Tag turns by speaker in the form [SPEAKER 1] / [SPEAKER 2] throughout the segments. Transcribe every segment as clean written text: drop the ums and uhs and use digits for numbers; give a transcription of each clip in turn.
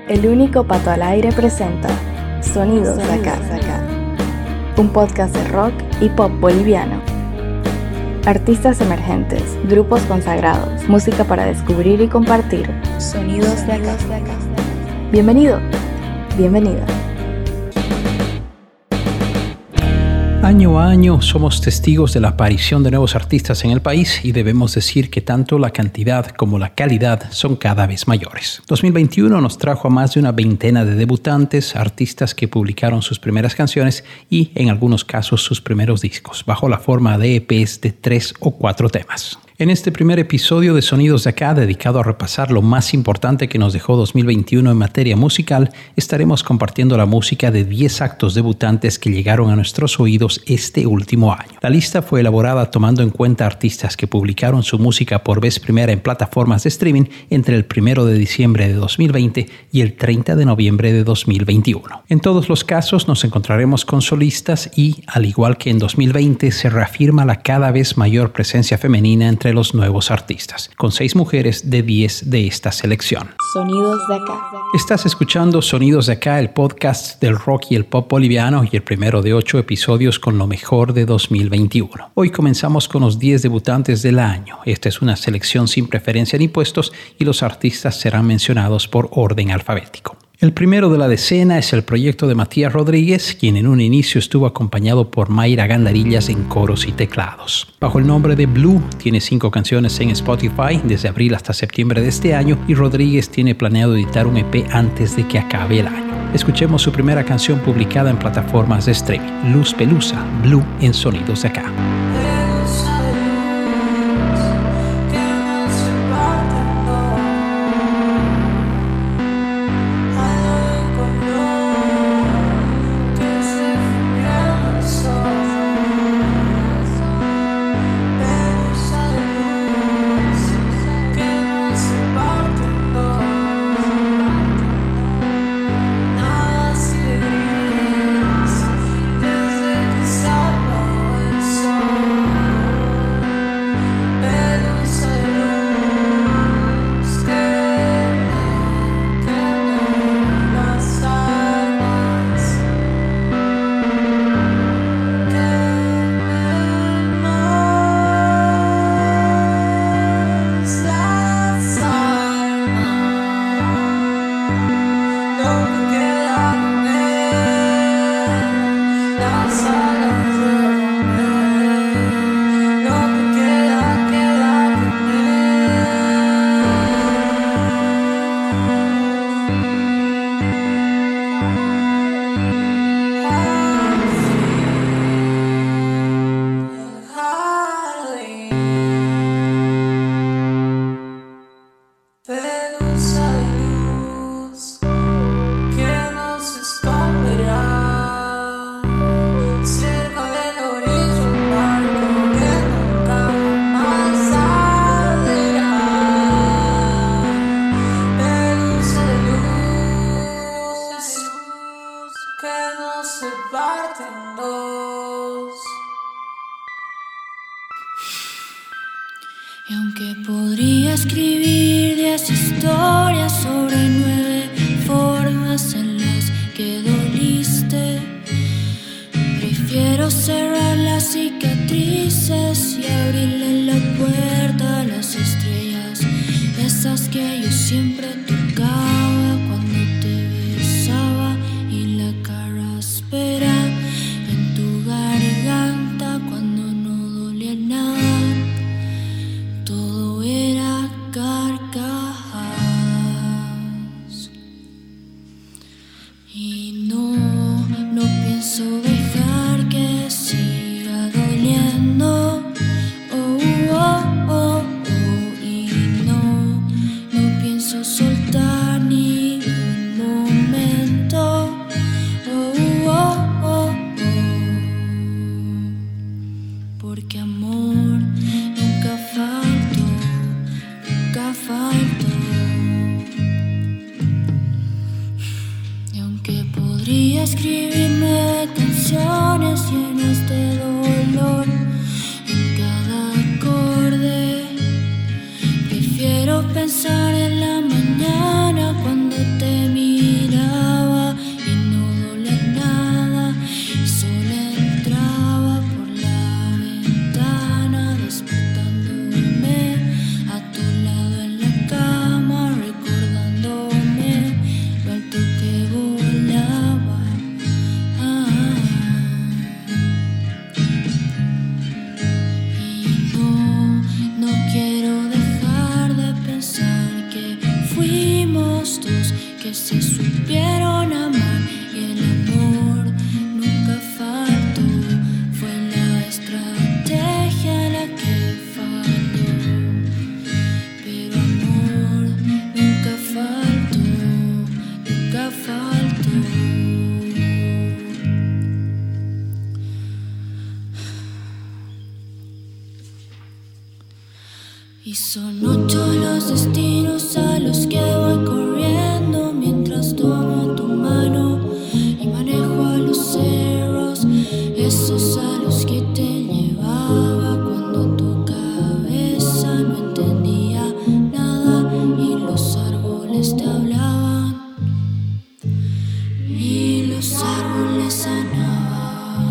[SPEAKER 1] El único pato al aire presenta Sonidos de Acá, un podcast de rock y pop boliviano. Artistas emergentes, grupos consagrados, música para descubrir y compartir. Sonidos de Acá. Bienvenido, bienvenida.
[SPEAKER 2] Año a año somos testigos de la aparición de nuevos artistas en el país y debemos decir que tanto la cantidad como la calidad son cada vez mayores. 2021 nos trajo a más de una veintena de debutantes, artistas que publicaron sus primeras canciones y, en algunos casos, sus primeros discos, bajo la forma de EPs de 3 o 4 temas. En este primer episodio de Sonidos de Acá, dedicado a repasar lo más importante que nos dejó 2021 en materia musical, estaremos compartiendo la música de 10 actos debutantes que llegaron a nuestros oídos este último año. La lista fue elaborada tomando en cuenta artistas que publicaron su música por vez primera en plataformas de streaming entre el 1 de diciembre de 2020 y el 30 de noviembre de 2021. En todos los casos nos encontraremos con solistas y, al igual que en 2020, se reafirma la cada vez mayor presencia femenina entre los nuevos artistas, con 6 mujeres de 10 de esta selección.
[SPEAKER 1] Sonidos de Acá.
[SPEAKER 2] Estás escuchando Sonidos de Acá, el podcast del rock y el pop boliviano y el primero de 8 episodios con lo mejor de 2021. Hoy comenzamos con los 10 debutantes del año. Esta es una selección sin preferencia ni puestos y los artistas serán mencionados por orden alfabético. El primero de la decena es el proyecto de Matías Rodríguez, quien en un inicio estuvo acompañado por Mayra Gandarillas en coros y teclados. Bajo el nombre de Blue, tiene 5 canciones en Spotify desde abril hasta septiembre de este año y Rodríguez tiene planeado editar un EP antes de que acabe el año. Escuchemos su primera canción publicada en plataformas de streaming, Luz Pelusa, Blue en Sonidos de Acá.
[SPEAKER 3] Y aunque podría escribir 10 historias sobre 9 formas en las que doliste, prefiero cerrar las cicatrices y abrirle la puerta a las estrellas, esas que yo siempre tocaba cuando te besaba y la cara áspera en tu garganta cuando no dolía nada. Todo era carcajadas. Y no pienso dejar que siga doliendo. Oh, oh, oh, oh. Y no pienso soltar ni un momento. Oh, oh, oh, oh. Porque amor nunca faltó. Y aunque podría escribir 9 canciones llenas de dolor en cada acorde, prefiero pensar en la mañana cuando te miro se supieron amar y el amor nunca faltó. Fue la estrategia la que falló, pero amor nunca faltó, nunca faltó. Y son 8 los destinos a los que voy corriendo mientras tomo tu mano y manejo a los cerros, esos a los que te llevaba cuando tu cabeza no entendía nada y los árboles te hablaban y los árboles sanaban.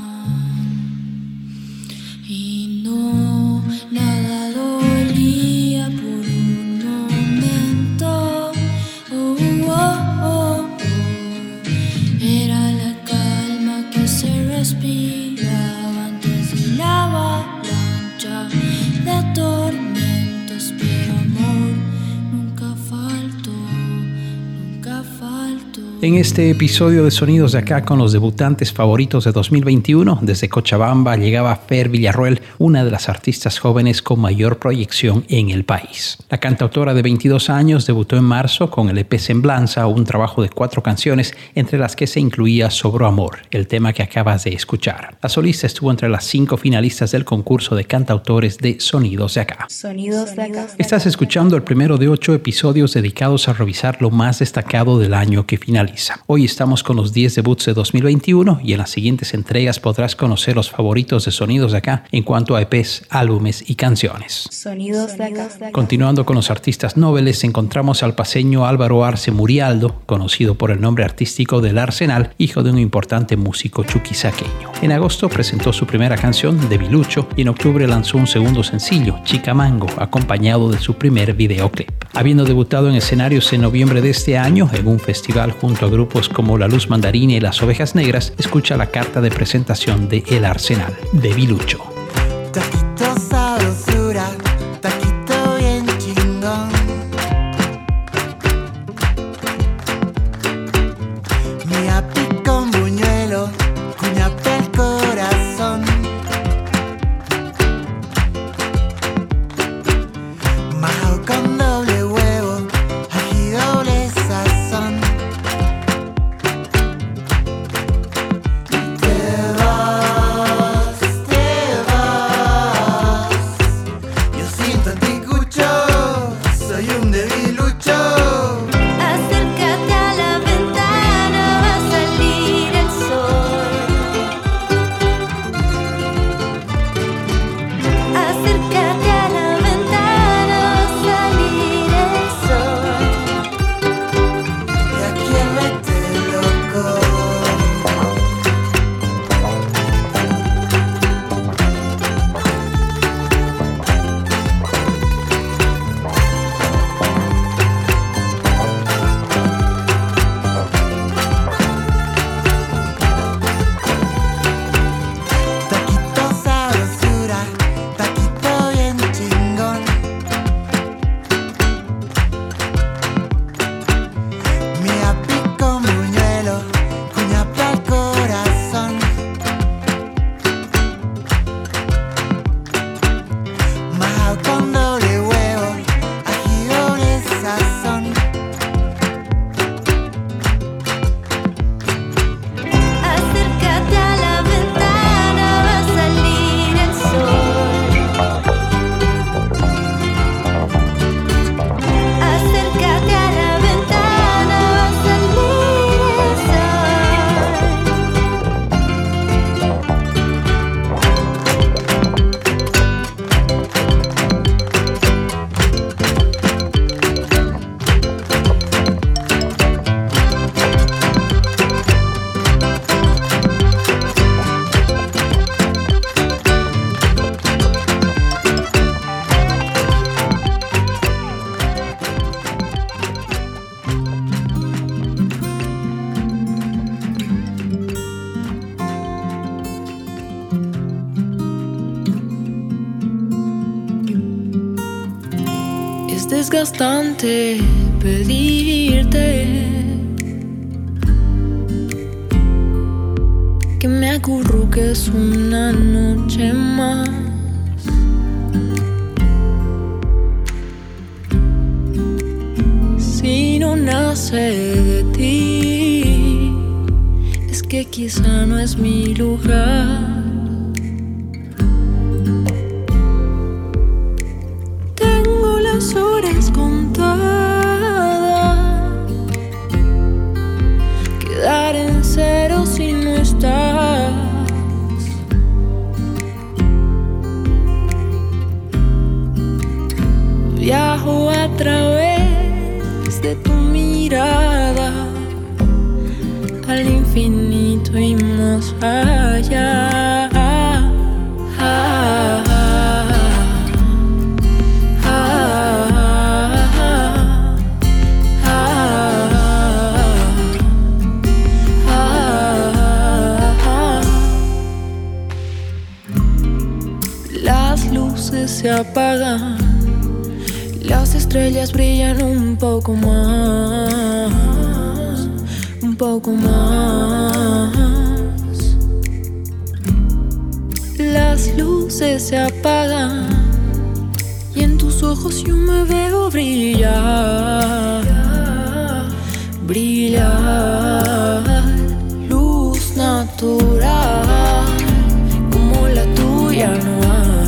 [SPEAKER 3] Y no, nada dolía por un momento. Oh, oh, oh, oh. Era la calma que se respiraba antes de la avalancha de tormentos, pero amor nunca faltó, nunca faltó.
[SPEAKER 2] En este episodio de Sonidos de Acá con los debutantes favoritos de 2021, desde Cochabamba llegaba Fer Villarroel, una de las artistas jóvenes con mayor proyección en el país. La cantautora de 22 años debutó en marzo con el EP Semblanza, un trabajo de 4 canciones, entre las que se incluía Sobró Amor, el tema que acabas de escuchar. La solista estuvo entre las 5 finalistas del concurso de cantautores de Sonidos de Acá.
[SPEAKER 1] Sonidos de Acá.
[SPEAKER 2] Estás escuchando el primero de 8 episodios dedicados a revisar lo más destacado del año que finaliza. Hoy estamos con los 10 debuts de 2021 y en las siguientes entregas podrás conocer los favoritos de Sonidos de Acá en cuanto a EPs, álbumes y canciones.
[SPEAKER 1] Sonidos de Acá.
[SPEAKER 2] Continuando con los artistas noveles, encontramos al paceño Álvaro Arce Murialdo, conocido por el nombre artístico del Arsenal, hijo de un importante músico chuquisaqueño. En agosto presentó su primera canción, Debilucho, y en octubre lanzó un segundo sencillo, Chica Mango, acompañado de su primer videoclip. Habiendo debutado en escenarios en noviembre de este año, en un festival junto a grupos como La Luz Mandarina y Las Ovejas Negras, escucha la carta de presentación de El Arsenal, Debilucho.
[SPEAKER 4] Taquito sabrosura, taquito bien chingón. Mi api con buñuelo, cuñape el corazón. Majo con doble huevo, ají doble sazón. Te vas, yo siento anticucho, soy un debilucho.
[SPEAKER 3] Acércate a la ventana, va a salir el sol. Acércate a la ventana, va a salir el sol.
[SPEAKER 4] Y aquí el vete loco.
[SPEAKER 3] desgastante pedirte que me acurruques una noche más. Si no nace de ti, es que quizá no es mi lugar. Tengo las horas contadas, quedar en cero si no estás. Viajo a través de tu mirada al infinito y más allá. Las luces se apagan, las estrellas brillan un poco más, un poco más. Las luces se apagan y en tus ojos yo me veo brillar, brillar. Luz natural como la tuya no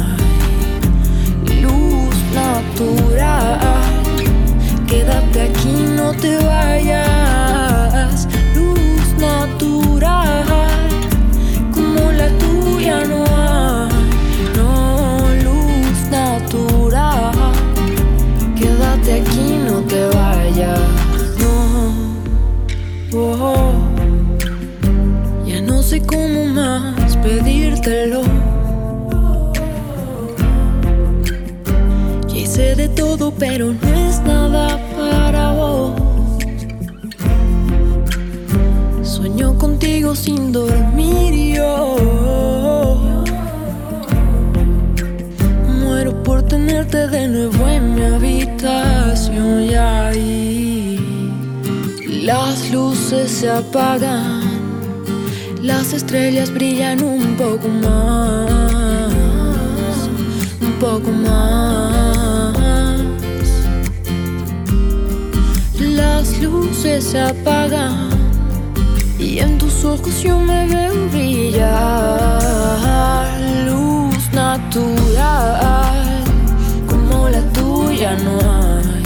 [SPEAKER 3] hay. Luz natural, quédate aquí, no te vayas. Luz natural, como la tuya no hay. No, luz natural, quédate aquí, no te vayas. No, oh, ya no sé cómo más pedírtelo. Ya hice de todo, pero no es nada para vos. Sueño contigo sin dormir yo. Muero por tenerte de nuevo en mi habitación. Y ahí las luces se apagan, las estrellas brillan un poco más, un poco más. Las luces se apagan y en tus ojos yo me veo brillar. Luz natural, como la tuya no hay.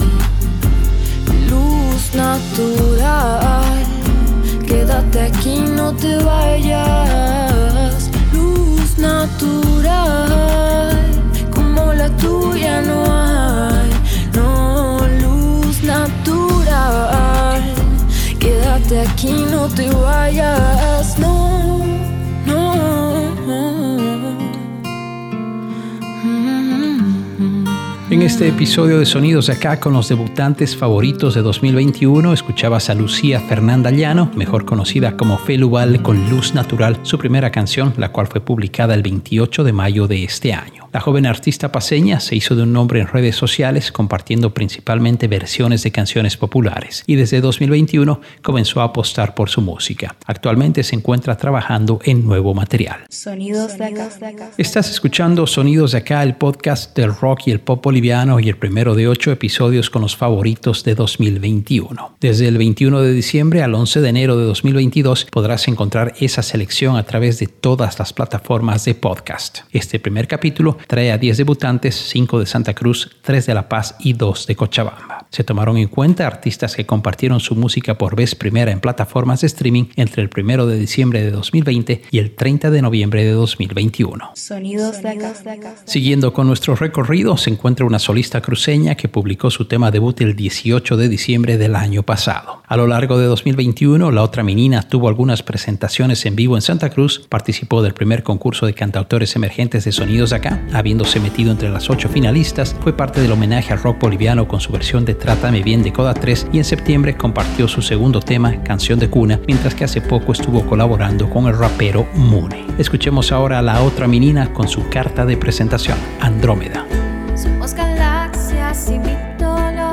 [SPEAKER 3] Luz natural, quédate aquí, no te vayas. Luz natural, como la tuya no hay. No, luz natural, quédate aquí, no te vayas. No, no.
[SPEAKER 2] En este episodio de Sonidos de Acá con los debutantes favoritos de 2021 escuchabas a Lucía Fernanda Llano, mejor conocida como Feluval, con Luz Natural, su primera canción, la cual fue publicada el 28 de mayo de este año. La joven artista paceña se hizo de un nombre en redes sociales compartiendo principalmente versiones de canciones populares y desde 2021 comenzó a apostar por su música. Actualmente se encuentra trabajando en nuevo material.
[SPEAKER 1] Sonidos de Acá.
[SPEAKER 2] Estás escuchando Sonidos de Acá, el podcast del rock y el pop boliviano y el primero de 8 episodios con los favoritos de 2021. Desde el 21 de diciembre al 11 de enero de 2022 podrás encontrar esa selección a través de todas las plataformas de podcast. Este primer capítulo trae a 10 debutantes, 5 de Santa Cruz, 3 de La Paz y 2 de Cochabamba. Se tomaron en cuenta artistas que compartieron su música por vez primera en plataformas de streaming entre el 1 de diciembre de 2020 y el 30 de noviembre de 2021.
[SPEAKER 1] Sonidos de Acá.
[SPEAKER 2] Siguiendo con nuestro recorrido, se encuentra una solista cruceña que publicó su tema debut el 18 de diciembre del año pasado. A lo largo de 2021, La Otra Menina tuvo algunas presentaciones en vivo en Santa Cruz, participó del primer concurso de cantautores emergentes de Sonidos de Acá, habiéndose metido entre las 8 finalistas, fue parte del homenaje al rock boliviano con su versión de Trátame Bien de Coda 3 y en septiembre compartió su segundo tema, Canción de Cuna, mientras que hace poco estuvo colaborando con el rapero Mune. Escuchemos ahora a La Otra Menina con su carta de presentación, Andrómeda.
[SPEAKER 5] Somos galaxias y mitología.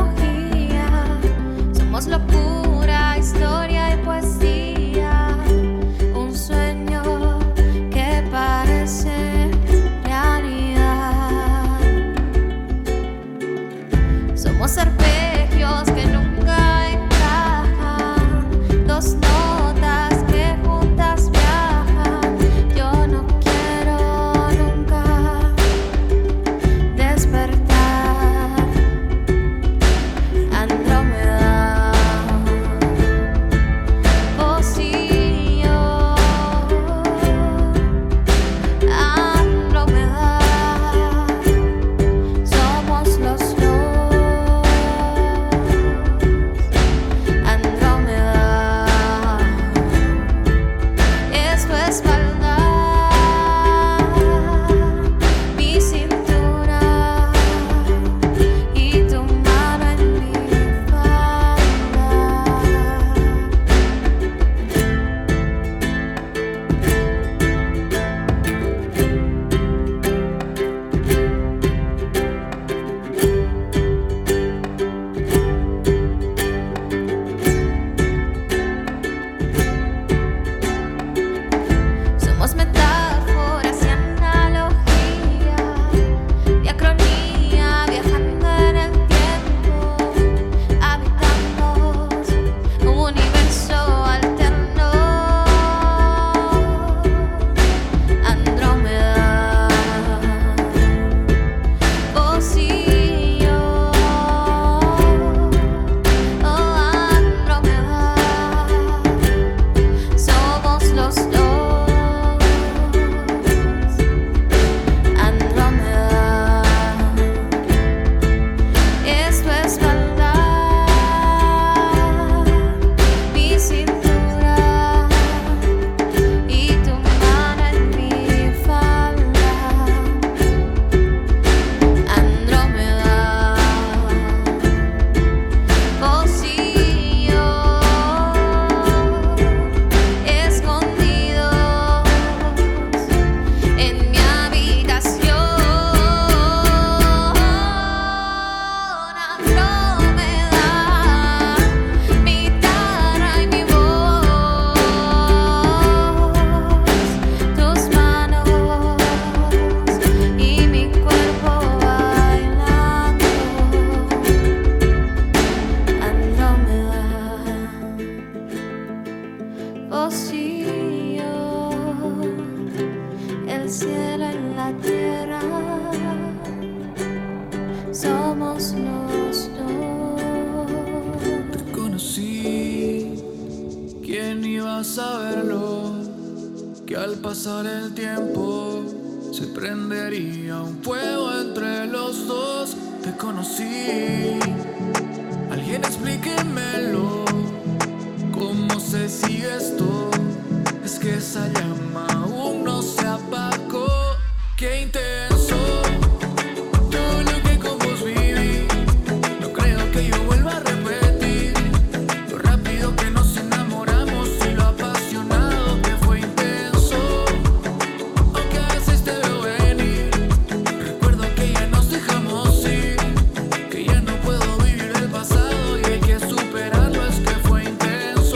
[SPEAKER 5] que al pasar el tiempo se prendería un fuego entre los dos. Te conocí, alguien explíquemelo, ¿cómo se sigue esto? Es que esa llama aún no se apagó. Qué intenso todo lo que con vos viví. No creo que yo vuelva a repetir lo rápido que nos enamoramos y lo apasionado que fue intenso. Aunque a veces te veo venir, recuerdo que ya nos dejamos ir, que ya no puedo vivir el pasado y hay que superarlo. Es que fue intenso.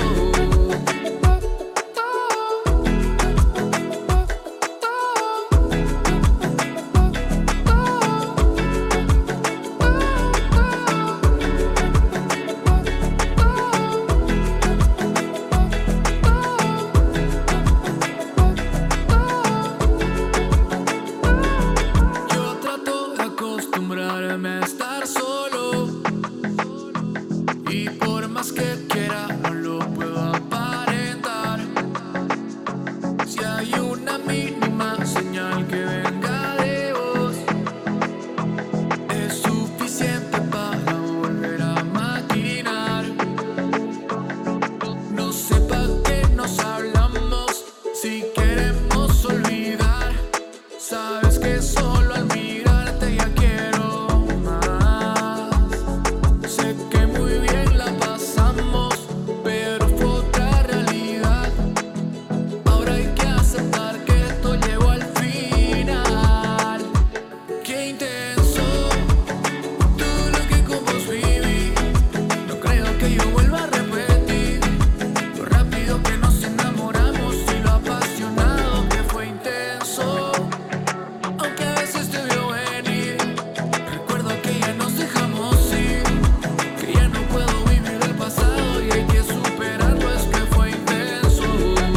[SPEAKER 5] Yo trato de acostumbrarme a estar solo y por más que quiera no lo puedo aparentar. Si hay una mínima señal que venga de vos, es suficiente para volver a maquinar. No sé pa' qué nos hablamos si queremos olvidar. Sabes que solo al mirarte ya quiero más. Sé que muy bien la pasamos, pero fue otra realidad. Ahora hay que aceptar que esto llegó al final. Qué intenso todo lo que con vos viví. No creo que yo vuelva a repetir lo rápido que nos enamoramos y lo apasionado que fue intenso. Aunque a veces te veo venir, recuerdo que ya nos dejamos ir, que ya no puedo vivir el pasado y hay que superarlo. Es que fue intenso.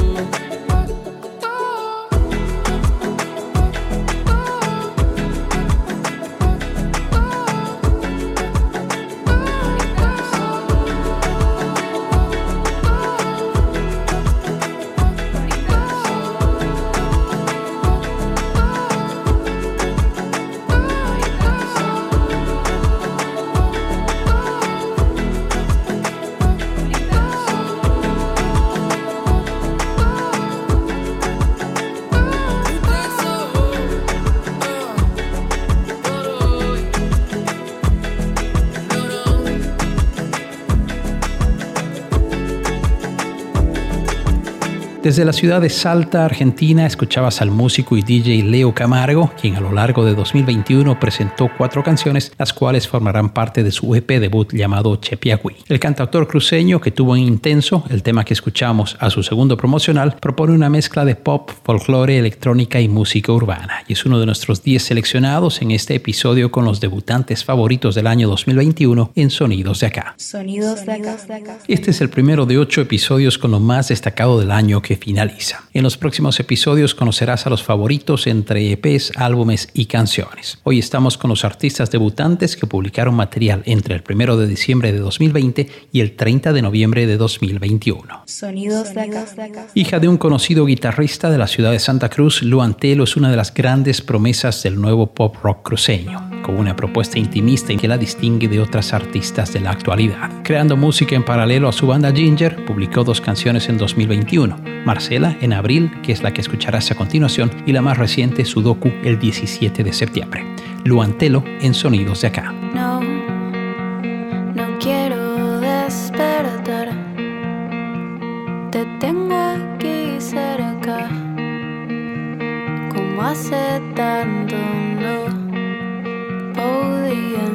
[SPEAKER 2] Desde la ciudad de Salta, Argentina, escuchabas al músico y DJ Leo Camargo, quien a lo largo de 2021 presentó 4 canciones, las cuales formarán parte de su EP debut llamado Chepiagüí. El cantautor cruceño, que tuvo en Intenso, el tema que escuchamos a su segundo promocional, propone una mezcla de pop, folclore, electrónica y música urbana, y es uno de nuestros 10 seleccionados en este episodio con los debutantes favoritos del año 2021 en Sonidos de Acá.
[SPEAKER 1] Sonidos de acá.
[SPEAKER 2] Este es el primero de 8 episodios con lo más destacado del año que finaliza. En los próximos episodios conocerás a los favoritos entre EPs, álbumes y canciones. Hoy estamos con los artistas debutantes que publicaron material entre el 1 de diciembre de 2020 y el 30 de noviembre de 2021.
[SPEAKER 1] Sonidos de acá.
[SPEAKER 2] Hija de un conocido guitarrista de la ciudad de Santa Cruz, Lu Antelo es una de las grandes promesas del nuevo pop rock cruceño, con una propuesta intimista que la distingue de otras artistas de la actualidad. Creando música en paralelo a su banda Ginger, publicó 2 canciones en 2021, Marcela en abril, que es la que escucharás a continuación, y la más reciente, Sudoku, el 17 de septiembre. Lu Antelo en Sonidos de Acá.
[SPEAKER 3] No, no quiero despertar. Te tengo aquí cerca. Como hace tanto no podía.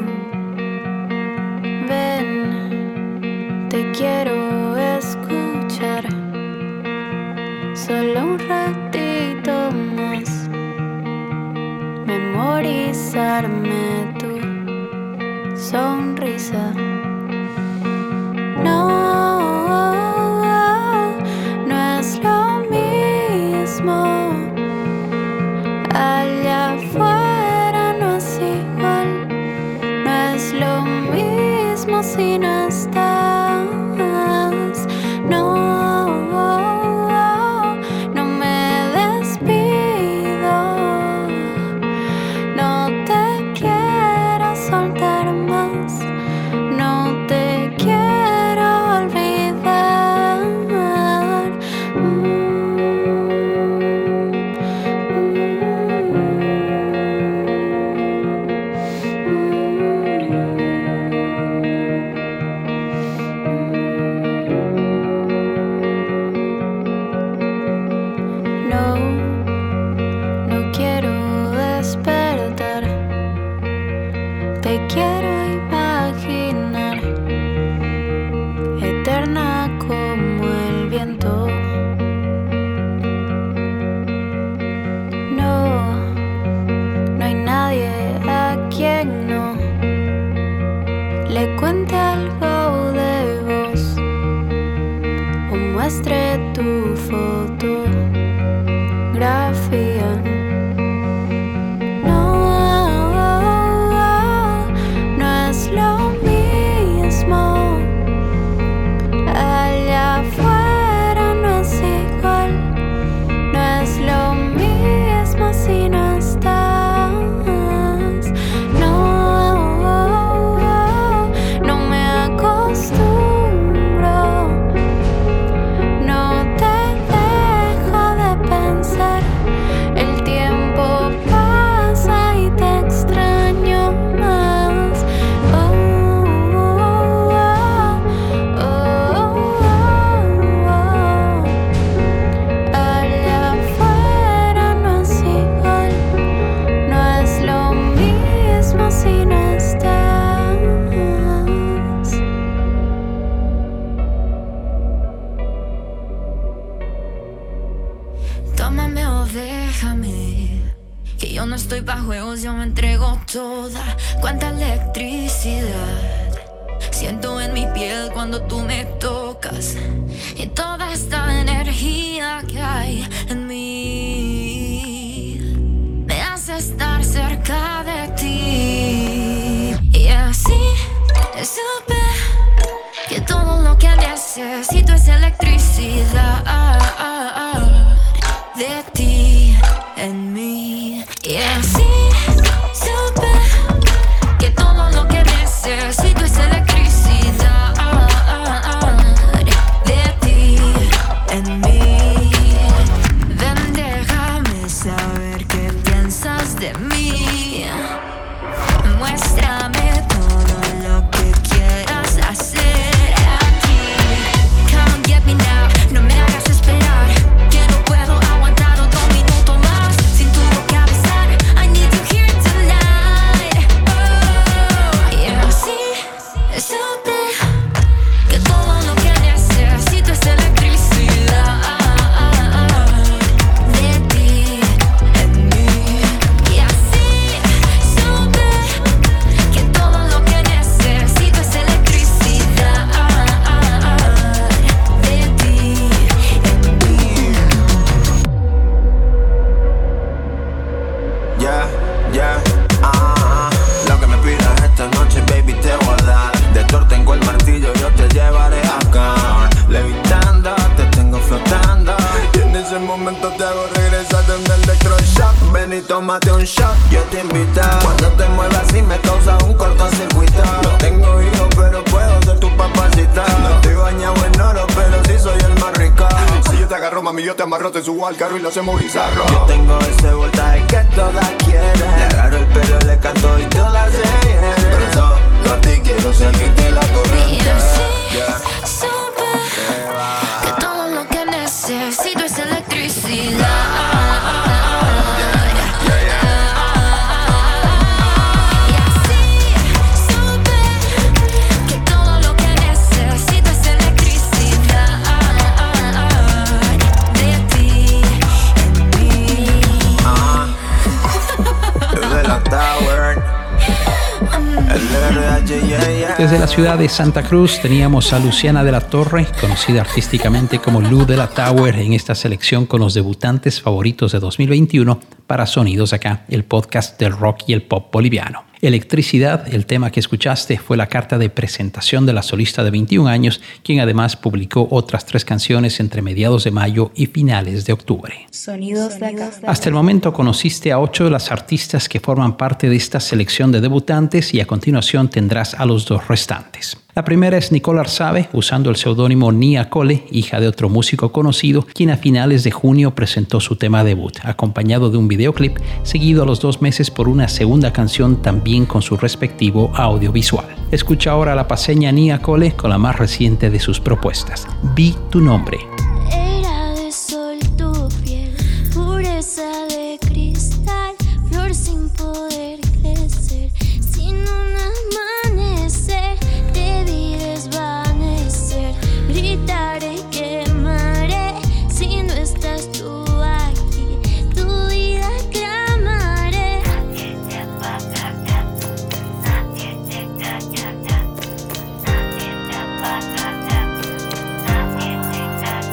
[SPEAKER 3] Ven, te quiero escuchar. Solo un ratito más. Memorizarme tu sonrisa. No, no es lo mismo. Allá afuera no es igual. No es lo mismo si no estás. encontré tu fotografía. No, no es lo mismo. Allá afuera no es igual. No es lo mismo si no estás. No, no me acostumbro. No te dejo de pensar. El tiempo pasa y te extraño más. Allá afuera no es igual. No es lo mismo si no estás.
[SPEAKER 6] Tómame o déjame, que yo no estoy pa' juegos, yo me entrego toda. Cuánta electricidad siento en mi piel cuando tú me tocas, y toda esta energía que hay en mí me hace estar cerca de ti. Y así supe que todo lo que necesito es electricidad de ti en mí. Y así supe que todo lo que necesito es electricidad de ti en mí. Ven, déjame saber qué piensas de mí. Muéstrame todo lo que quieras hacer aquí. Come get me now, no me hagas esperar, que no puedo aguantar otro minuto más sin tu boca besar. I need you here tonight. Oh, y así supe que todo lo que necesito es electricidad de ti en mí. Y así supe que todo lo que necesito es electricidad de ti en mí.
[SPEAKER 4] Lo que me pidas esta noche, baby, te voy a dar. De Thor tengo el martillo, yo te llevaré acá. Levitando, te tengo flotando, y en ese momento te hago regresar de un electroshock. Ven y tómate un shot, yo te invito. Cuando te muevas así me causa un cortocircuito. No tengo hijos, pero puedo ser tu papacita. No estoy bañado en oro, pero sí soy el más rico.
[SPEAKER 7] Si yo te agarro, mami, yo te amarro, te subo al carro y lo hacemos bizarro.
[SPEAKER 4] Yo tengo ese voltaje que todas quieren. Le agarro el pelo, le canto y todas se vienen.
[SPEAKER 7] Pero solo a ti quiero seguirte la
[SPEAKER 6] Y
[SPEAKER 7] corriente.
[SPEAKER 6] así supe que todo lo que necesito es electricidad. Y así supe que todo lo que necesito es electricidad de ti en mí.
[SPEAKER 4] Desde la Tower, el RH, yeah.
[SPEAKER 2] Desde la ciudad de Santa Cruz teníamos a Luciana de la Torre, conocida artísticamente como Lu de la Tower, en esta selección con los debutantes favoritos de 2021 para Sonidos Acá, el podcast del rock y el pop boliviano. Electricidad, el tema que escuchaste, fue la carta de presentación de la solista de 21 años, quien además publicó otras 3 canciones entre mediados de mayo y finales de octubre.
[SPEAKER 1] Sonidos de acá.
[SPEAKER 2] Hasta el momento conociste a 8 de las artistas que forman parte de esta selección de debutantes y a continuación tendrás a los 2 restantes. La primera es Nicole Arzabe, usando el seudónimo Nia Cole, hija de otro músico conocido, quien a finales de junio presentó su tema debut, acompañado de un videoclip, seguido a los 2 meses por una segunda canción también con su respectivo audiovisual. Escucha ahora a la paseña Nia Cole con la más reciente de sus propuestas, Vi tu nombre.
[SPEAKER 3] Era de sol tu piel, pureza de cristal, flor sin poder crecer, sin un amanecer, te vi desvanecer, gritaré y quemaré, si no estás tú aquí, tu vida clamaré. Nadie te apagará, nadie te callará, nadie te apagará, nadie te callará.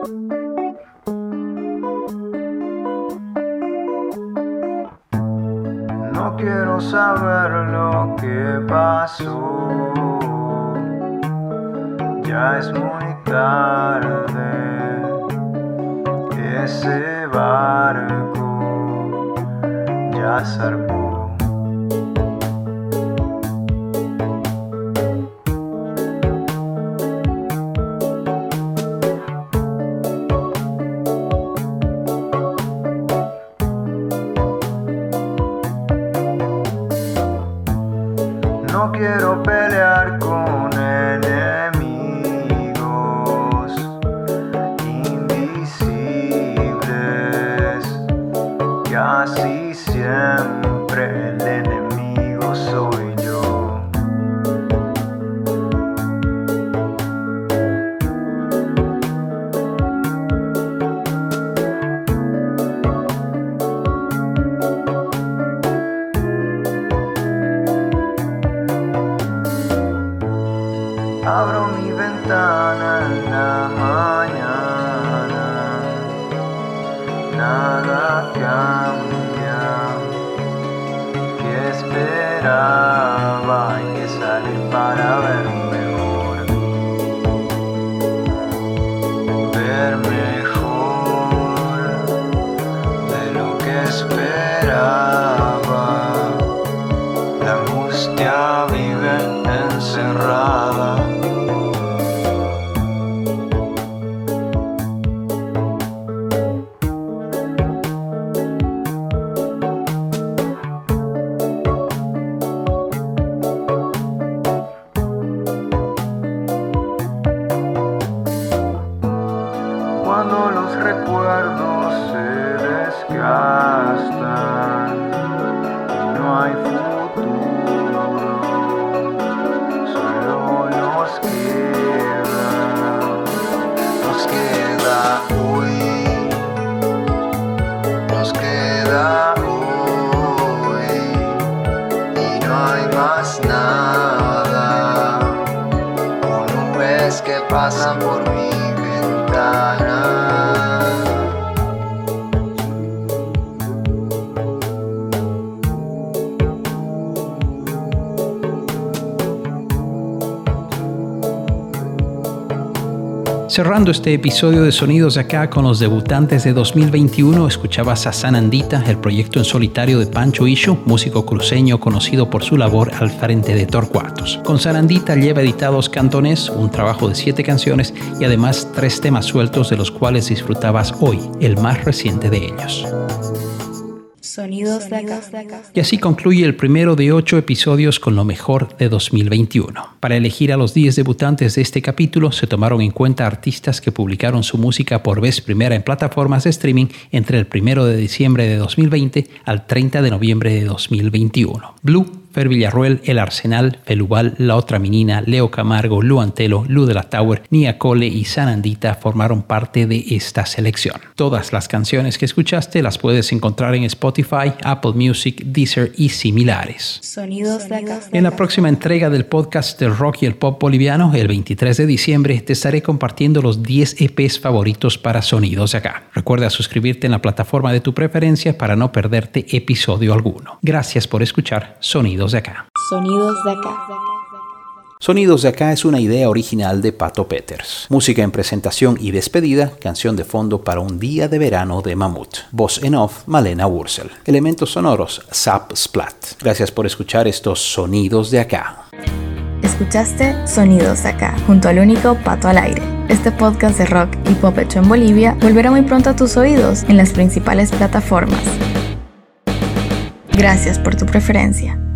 [SPEAKER 8] No quiero saber lo que pasó, ya es muy tarde, ese barco ya zarpó. No quiero pelear con enemigos invisibles. Casi siempre el enemigo soy yo. Abro mi ventana en la mañana, nada cambia, que esperaba y que sale para ver mejor, de lo que esperaba. La angustia vive encerrada. Cuando los recuerdos se desgastan y no hay futuro, solo nos queda hoy, y no hay más nada, o nubes que pasan por mi ventana.
[SPEAKER 2] Cerrando este episodio de Sonidos de Acá con los debutantes de 2021, escuchabas a Sanandita, el proyecto en solitario de Pancho Ishu, músico cruceño conocido por su labor al frente de Torcuatos. Con Sanandita lleva editados Cantonés, un trabajo de 7 canciones y además 3 temas sueltos de los cuales disfrutabas hoy, el más reciente de ellos.
[SPEAKER 1] Sonidos de Acá.
[SPEAKER 2] Y así concluye el primero de 8 episodios con lo mejor de 2021. Para elegir a los 10 debutantes de este capítulo, se tomaron en cuenta artistas que publicaron su música por vez primera en plataformas de streaming entre el 1 de diciembre de 2020 al 30 de noviembre de 2021. Blue, Fer Villarroel, El Arsenal, Feluval, La Otra Menina, Leo Camargo, Lu Antelo, Lu de la Tower, Nia Cole y Sanandita formaron parte de esta selección. Todas las canciones que escuchaste las puedes encontrar en Spotify, Apple Music, Deezer y similares.
[SPEAKER 1] Sonidos de Acá.
[SPEAKER 2] En la próxima entrega del podcast del rock y el pop boliviano, el 23 de diciembre, te estaré compartiendo los 10 EPs favoritos para Sonidos de Acá. Recuerda suscribirte en la plataforma de tu preferencia para no perderte episodio alguno. Gracias por escuchar Sonidos de Acá.
[SPEAKER 1] Sonidos de Acá.
[SPEAKER 2] Sonidos de Acá es una idea original de Pato Peters. Música en presentación y despedida, canción de fondo para un día de verano de Mamut. Voz en off, Malena Wurzel. Elementos sonoros, Zap Splat. Gracias por escuchar estos Sonidos de Acá.
[SPEAKER 1] Escuchaste Sonidos de Acá, junto al único Pato al Aire. Este podcast de rock y pop hecho en Bolivia volverá muy pronto a tus oídos en las principales plataformas. Gracias por tu preferencia.